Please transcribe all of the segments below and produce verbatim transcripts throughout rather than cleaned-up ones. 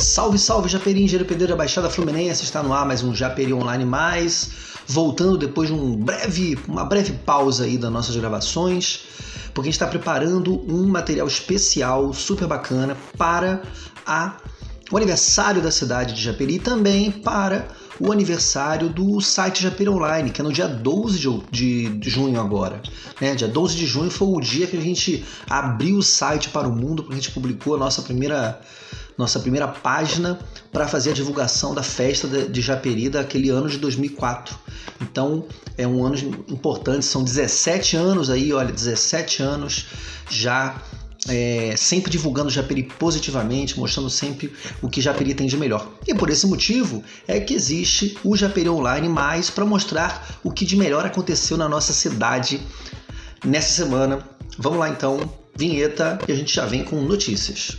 Salve, salve, Japeri, engenheiro pedreiro da Baixada Fluminense, está no ar mais um Japeri Online Mais, voltando depois de um breve, uma breve pausa aí das nossas gravações, porque a gente está preparando um material especial, super bacana, para a, o aniversário da cidade de Japeri e também para o aniversário do site Japeri Online, que é no dia doze de junho agora. Né? Dia doze de junho foi o dia que a gente abriu o site para o mundo, porque a gente publicou a nossa primeira, nossa primeira página para fazer a divulgação da festa de Japeri daquele ano de dois mil e quatro. Então é um ano importante, são dezessete anos aí, olha, dezessete anos já É, sempre divulgando o Japeri positivamente, mostrando sempre o que Japeri tem de melhor. E por esse motivo é que existe o Japeri Online Mais para mostrar o que de melhor aconteceu na nossa cidade nessa semana. Vamos lá então, vinheta e a gente já vem com notícias.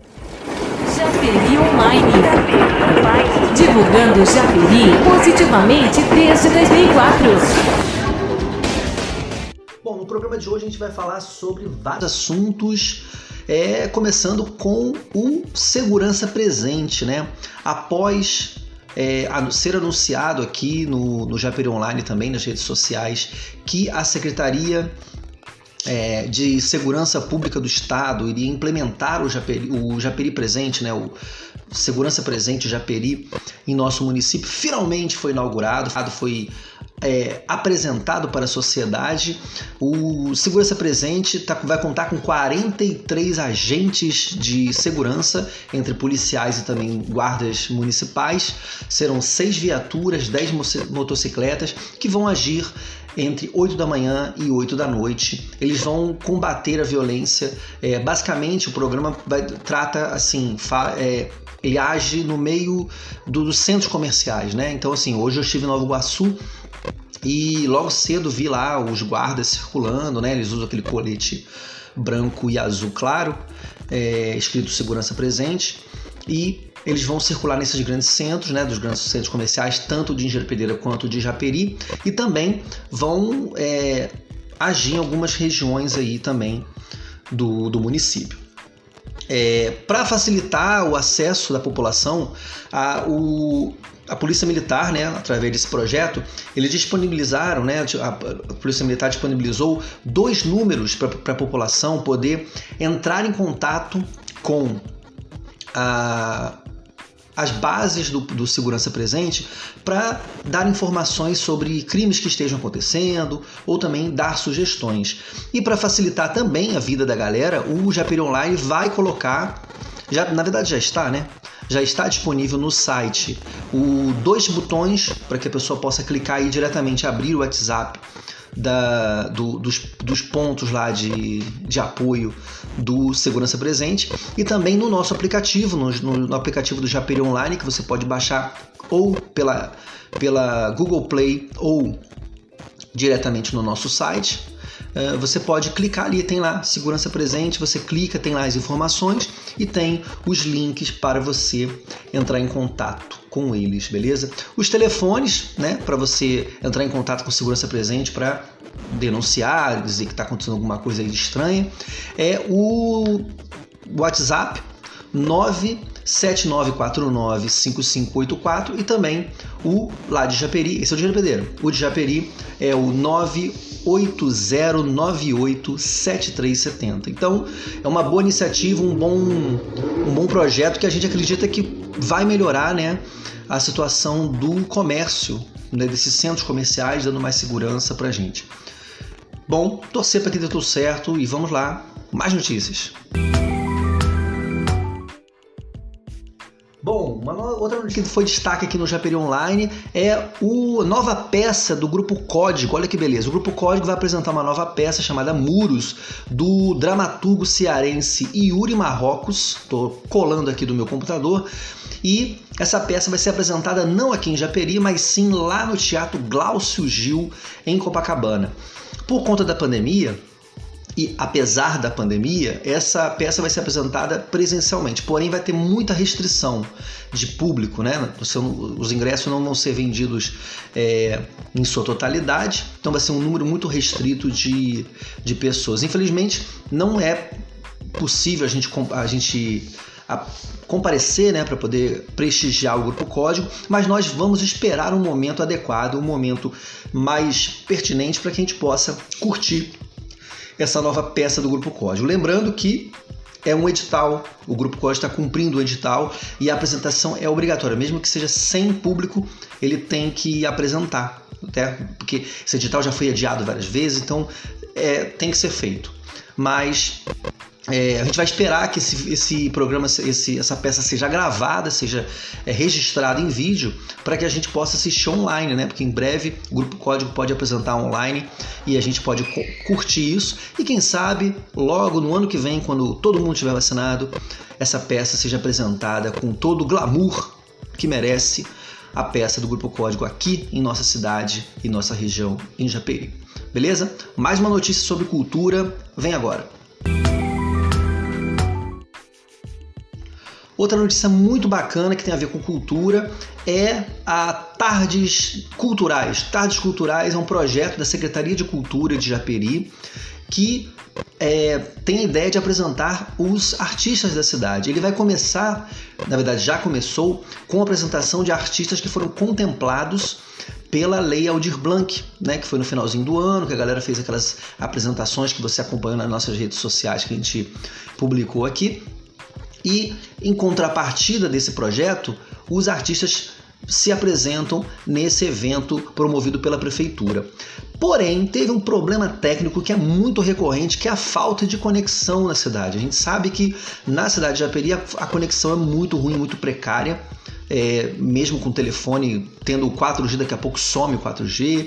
Japeri Online. Divulgando Japeri positivamente desde dois mil e quatro. Bom, no programa de hoje a gente vai falar sobre vários assuntos, é, começando com o Segurança Presente, né? Após é, ser anunciado aqui no, no Japeri Online, também nas redes sociais, que a Secretaria é, de Segurança Pública do Estado iria implementar o Japeri, o Japeri Presente, né? O Segurança Presente Japeri em nosso município, finalmente foi inaugurado, foi É, apresentado para a sociedade. O Segurança Presente tá, vai contar com quarenta e três agentes de segurança, entre policiais e também guardas municipais. Serão seis viaturas, dez motocicletas que vão agir entre oito da manhã e oito da noite. Eles vão combater a violência. É, basicamente, o programa vai, trata assim... Fa, é, ele age no meio do, dos centros comerciais, né? Então, assim, hoje eu estive em Nova Iguaçu e logo cedo vi lá os guardas circulando, né? Eles usam aquele colete branco e azul claro, é, escrito Segurança Presente, e eles vão circular nesses grandes centros, né? Dos grandes centros comerciais, tanto de Engenheiro Pedreira quanto de Japeri, e também vão é, agir em algumas regiões aí também do, do município. É, para facilitar o acesso da população, a, o, a Polícia Militar, né, através desse projeto, eles disponibilizaram, né, a, a Polícia Militar disponibilizou dois números para a população poder entrar em contato com a, as bases do, do Segurança Presente para dar informações sobre crimes que estejam acontecendo ou também dar sugestões. E para facilitar também a vida da galera, o Japeri Online vai colocar, já, na verdade já está, né? Já está disponível no site o, dois botões para que a pessoa possa clicar e diretamente abrir o WhatsApp Da, do, dos, dos pontos lá de, de apoio do Segurança Presente, e também no nosso aplicativo, no, no, no aplicativo do Japeri Online, que você pode baixar ou pela, pela Google Play ou diretamente no nosso site. Uh, você pode clicar ali, tem lá Segurança Presente, você clica, tem lá as informações e tem os links para você entrar em contato com eles, beleza? Os telefones, né, para você entrar em contato com Segurança Presente para denunciar, dizer que está acontecendo alguma coisa aí estranha, é o WhatsApp nove sete nove quatro nove cinco cinco oito quatro e também o lá de Japeri, esse é o de Japeri, o de Japeri é o nove oito zero nove oito sete três sete zero. Então é uma boa iniciativa, um bom, um bom projeto que a gente acredita que vai melhorar, né, a situação do comércio, né, desses centros comerciais, dando mais segurança pra gente. Bom, torcer para que dê tudo certo e vamos lá, mais notícias. Bom, uma outra notícia que foi destaque aqui no Japeri Online é a nova peça do Grupo Código. Olha que beleza, o Grupo Código vai apresentar uma nova peça chamada Muros, do dramaturgo cearense Yuri Marrocos. Estou colando aqui do meu computador. E essa peça vai ser apresentada não aqui em Japeri, mas sim lá no Teatro Glaucio Gil, em Copacabana. Por conta da pandemia, e apesar da pandemia, essa peça vai ser apresentada presencialmente, porém vai ter muita restrição de público, né? Os ingressos não vão ser vendidos é, em sua totalidade, então vai ser um número muito restrito de, de pessoas. Infelizmente, não é possível a gente, a gente a comparecer, né, para poder prestigiar o Grupo Código, mas nós vamos esperar um momento adequado, um momento mais pertinente para que a gente possa curtir essa nova peça do Grupo Código. Lembrando que é um edital, o Grupo Código está cumprindo o edital e a apresentação é obrigatória, mesmo que seja sem público, ele tem que apresentar, até porque esse edital já foi adiado várias vezes, então é, tem que ser feito. Mas é, a gente vai esperar que esse, esse programa, esse, essa peça seja gravada, seja é, registrada em vídeo, para que a gente possa assistir online, né? Porque em breve o Grupo Código pode apresentar online e a gente pode curtir isso. E quem sabe, logo no ano que vem, quando todo mundo estiver vacinado, essa peça seja apresentada com todo o glamour que merece a peça do Grupo Código aqui em nossa cidade e nossa região em Japeri. Beleza? Mais uma notícia sobre cultura, vem agora. Outra notícia muito bacana que tem a ver com cultura é a Tardes Culturais. Tardes Culturais é um projeto da Secretaria de Cultura de Japeri que é, tem a ideia de apresentar os artistas da cidade. Ele vai começar, na verdade já começou, com a apresentação de artistas que foram contemplados pela Lei Aldir Blanc, né, que foi no finalzinho do ano, que a galera fez aquelas apresentações que você acompanhou nas nossas redes sociais que a gente publicou aqui. E, em contrapartida desse projeto, os artistas se apresentam nesse evento promovido pela prefeitura. Porém, teve um problema técnico que é muito recorrente, que é a falta de conexão na cidade. A gente sabe que na cidade de Japeri a conexão é muito ruim, muito precária. É, mesmo com o telefone tendo o quatro G, daqui a pouco some o quatro G.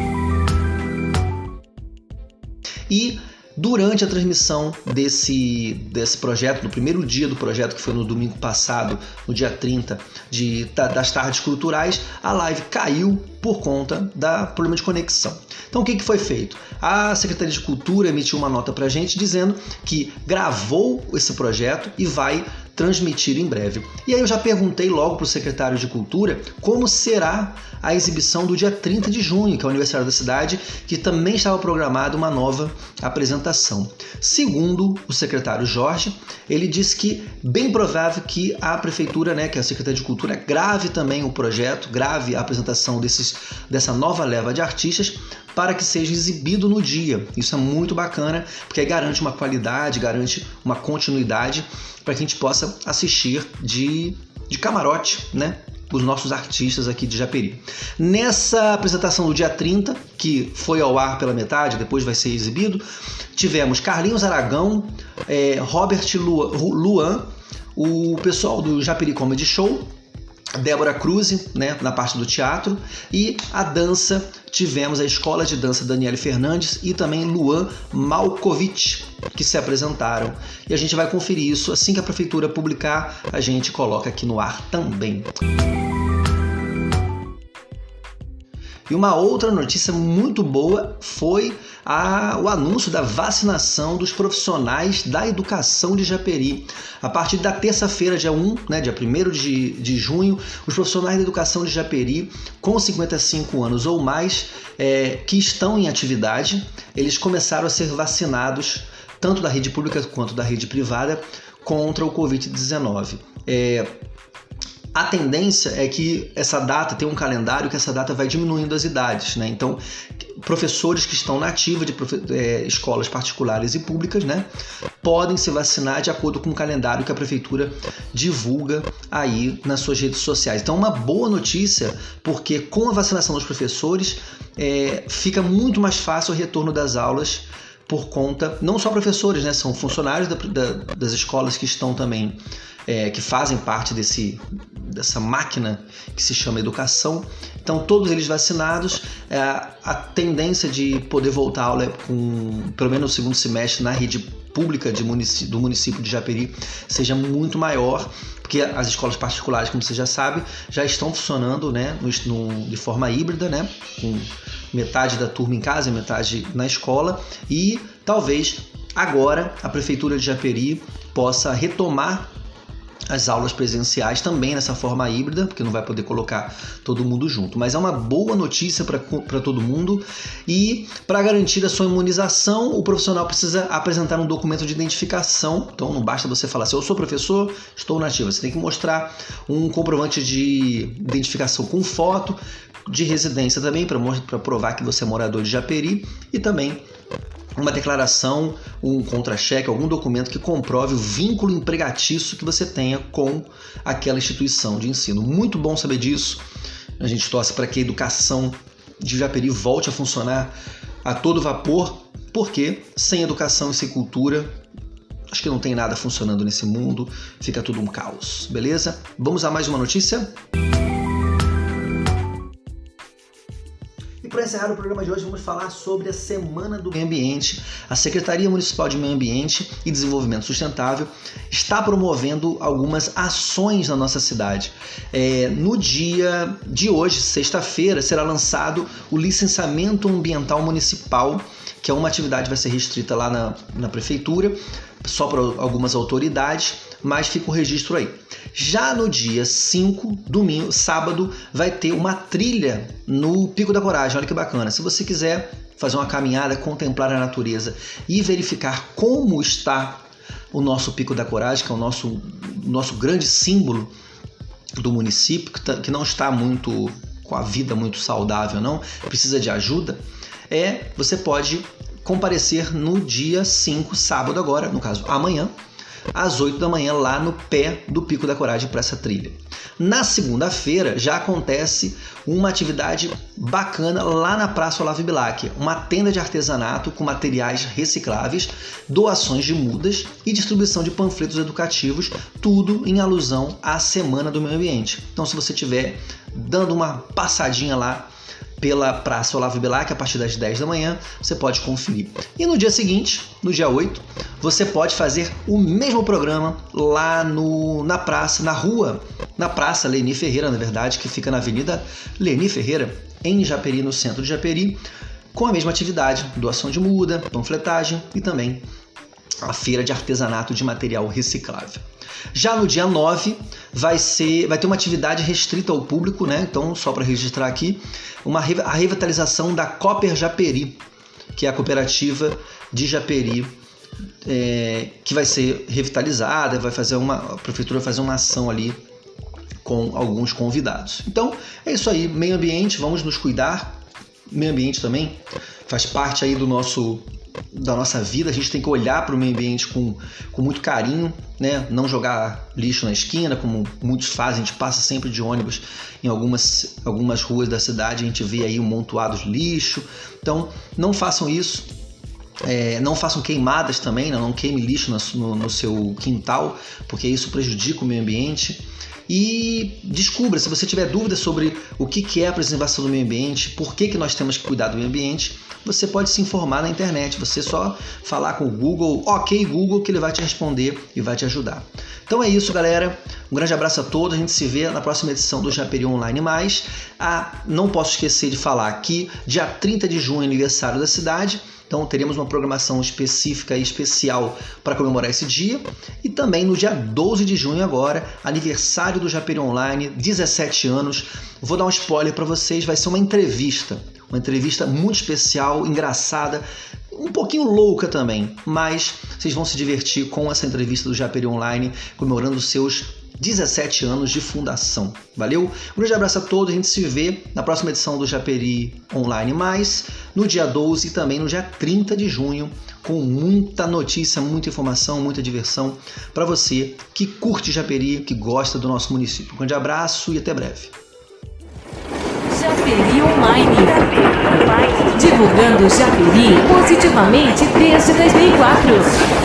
E durante a transmissão desse, desse projeto, no primeiro dia do projeto, que foi no domingo passado, no dia trinta, de, das Tardes Culturais, a live caiu por conta da problema de conexão. Então o que, que foi feito? A Secretaria de Cultura emitiu uma nota para a gente dizendo que gravou esse projeto e vai transmitir em breve. E aí eu já perguntei logo para o secretário de Cultura como será a exibição do dia trinta de junho, que é o aniversário da cidade, que também estava programada uma nova apresentação. Segundo o secretário Jorge, ele disse que bem provável que a prefeitura, né, que é a Secretaria de Cultura, grave também o projeto, grave a apresentação desses, dessa nova leva de artistas para que seja exibido no dia. Isso é muito bacana, porque aí garante uma qualidade, garante uma continuidade para que a gente possa assistir de, de camarote, né? Os nossos artistas aqui de Japeri. Nessa apresentação do dia trinta, que foi ao ar pela metade, depois vai ser exibido, tivemos Carlinhos Aragão, é, Robert Luan, o pessoal do Japeri Comedy Show, Débora Cruz, né, na parte do teatro, e a dança, tivemos a Escola de Dança Daniele Fernandes e também Luan Malkovich, que se apresentaram. E a gente vai conferir isso assim que a prefeitura publicar, a gente coloca aqui no ar também. E uma outra notícia muito boa foi a, o anúncio da vacinação dos profissionais da educação de Japeri. A partir da terça-feira, dia um, né, dia primeiro de, de junho, os profissionais da educação de Japeri com cinquenta e cinco anos ou mais é, que estão em atividade, eles começaram a ser vacinados tanto da rede pública quanto da rede privada contra o covid dezenove. É, A tendência é que essa data tem um calendário que essa data vai diminuindo as idades, né? Então, professores que estão na ativa de profe- é, escolas particulares e públicas, né, podem se vacinar de acordo com o calendário que a prefeitura divulga aí nas suas redes sociais. Então, uma boa notícia, porque com a vacinação dos professores é, fica muito mais fácil o retorno das aulas por conta, não só professores, né, são funcionários da, da, das escolas que estão também É, que fazem parte desse, dessa máquina que se chama educação. Então, todos eles vacinados, é, a tendência de poder voltar à aula com, pelo menos no segundo semestre, na rede pública de munic- do município de Japeri seja muito maior, porque as escolas particulares, como você já sabe, já estão funcionando, né, no, no, de forma híbrida, né, com metade da turma em casa e metade na escola, e talvez agora a prefeitura de Japeri possa retomar as aulas presenciais também nessa forma híbrida, porque não vai poder colocar todo mundo junto. Mas é uma boa notícia para todo mundo, e para garantir a sua imunização, o profissional precisa apresentar um documento de identificação. Então não basta você falar assim, eu sou professor, estou na ativa. Você tem que mostrar um comprovante de identificação com foto, de residência também, para provar que você é morador de Japeri, e também uma declaração, um contra-cheque, algum documento que comprove o vínculo empregatício que você tenha com aquela instituição de ensino. Muito bom saber disso. A gente torce para que a educação de Japeri volte a funcionar a todo vapor, porque sem educação e sem cultura, acho que não tem nada funcionando nesse mundo, fica tudo um caos, beleza? Vamos a mais uma notícia? Para encerrar o programa de hoje, vamos falar sobre a Semana do Meio Ambiente. A Secretaria Municipal de Meio Ambiente e Desenvolvimento Sustentável está promovendo algumas ações na nossa cidade. É, no dia de hoje, sexta-feira, será lançado o Licenciamento Ambiental Municipal, que é uma atividade que vai ser restrita lá na, na Prefeitura, só para algumas autoridades, mas fica o registro aí. Já no dia cinco, domingo, sábado, vai ter uma trilha no Pico da Coragem. Olha que bacana. Se você quiser fazer uma caminhada, contemplar a natureza e verificar como está o nosso Pico da Coragem, que é o nosso, nosso grande símbolo do município, que, tá, que não está muito com a vida muito saudável, não, precisa de ajuda, é, você pode comparecer no dia cinco, sábado agora, no caso amanhã, às oito da manhã, lá no pé do Pico da Coragem para essa trilha. Na segunda-feira já acontece uma atividade bacana lá na Praça Olavo Bilac, uma tenda de artesanato com materiais recicláveis, doações de mudas e distribuição de panfletos educativos, tudo em alusão à Semana do Meio Ambiente. Então, se você estiver dando uma passadinha lá pela Praça Olavo Bilac, a partir das dez da manhã, você pode conferir. E no dia seguinte, no dia oito, você pode fazer o mesmo programa lá no, na praça, na rua, na Praça Leni Ferreira, na verdade, que fica na Avenida Leni Ferreira, em Japeri, no centro de Japeri, com a mesma atividade, doação de muda, panfletagem e também a feira de artesanato de material reciclável. Já no dia nove vai, ser, vai ter uma atividade restrita ao público, né? Então, só para registrar aqui, uma, a revitalização da Cooper Japeri, que é a cooperativa de Japeri, é, que vai ser revitalizada, vai fazer uma, a prefeitura vai fazer uma ação ali com alguns convidados. Então, é isso aí, meio ambiente, vamos nos cuidar. Meio ambiente também faz parte aí do nosso... da nossa vida, a gente tem que olhar para o meio ambiente com, com muito carinho, né? Não jogar lixo na esquina, como muitos fazem. A gente passa sempre de ônibus em algumas, algumas ruas da cidade, a gente vê aí um montoado de lixo. Então, não façam isso. É, não façam queimadas também, não, não queime lixo no, no seu quintal, porque isso prejudica o meio ambiente. E descubra, se você tiver dúvidas sobre o que é a preservação do meio ambiente, por que, que nós temos que cuidar do meio ambiente, você pode se informar na internet, você só falar com o Google, ok Google, que ele vai te responder e vai te ajudar. Então é isso, galera. Um grande abraço a todos, a gente se vê na próxima edição do Japeri Online Mais. Ah, não posso esquecer de falar que dia trinta de junho é aniversário da cidade, então teremos uma programação específica e especial para comemorar esse dia. E também no dia doze de junho agora, aniversário do Japeri Online, dezessete anos. Vou dar um spoiler para vocês, vai ser uma entrevista. Uma entrevista muito especial, engraçada, um pouquinho louca também. Mas vocês vão se divertir com essa entrevista do Japeri Online, comemorando os seus dezessete anos de fundação. Valeu? Um grande abraço a todos, a gente se vê na próxima edição do Japeri Online Mais, no dia doze e também no dia trinta de junho, com muita notícia, muita informação, muita diversão para você que curte Japeri, que gosta do nosso município. Um grande abraço e até breve. Japeri Online. Divulgando Japeri positivamente desde dois mil e quatro.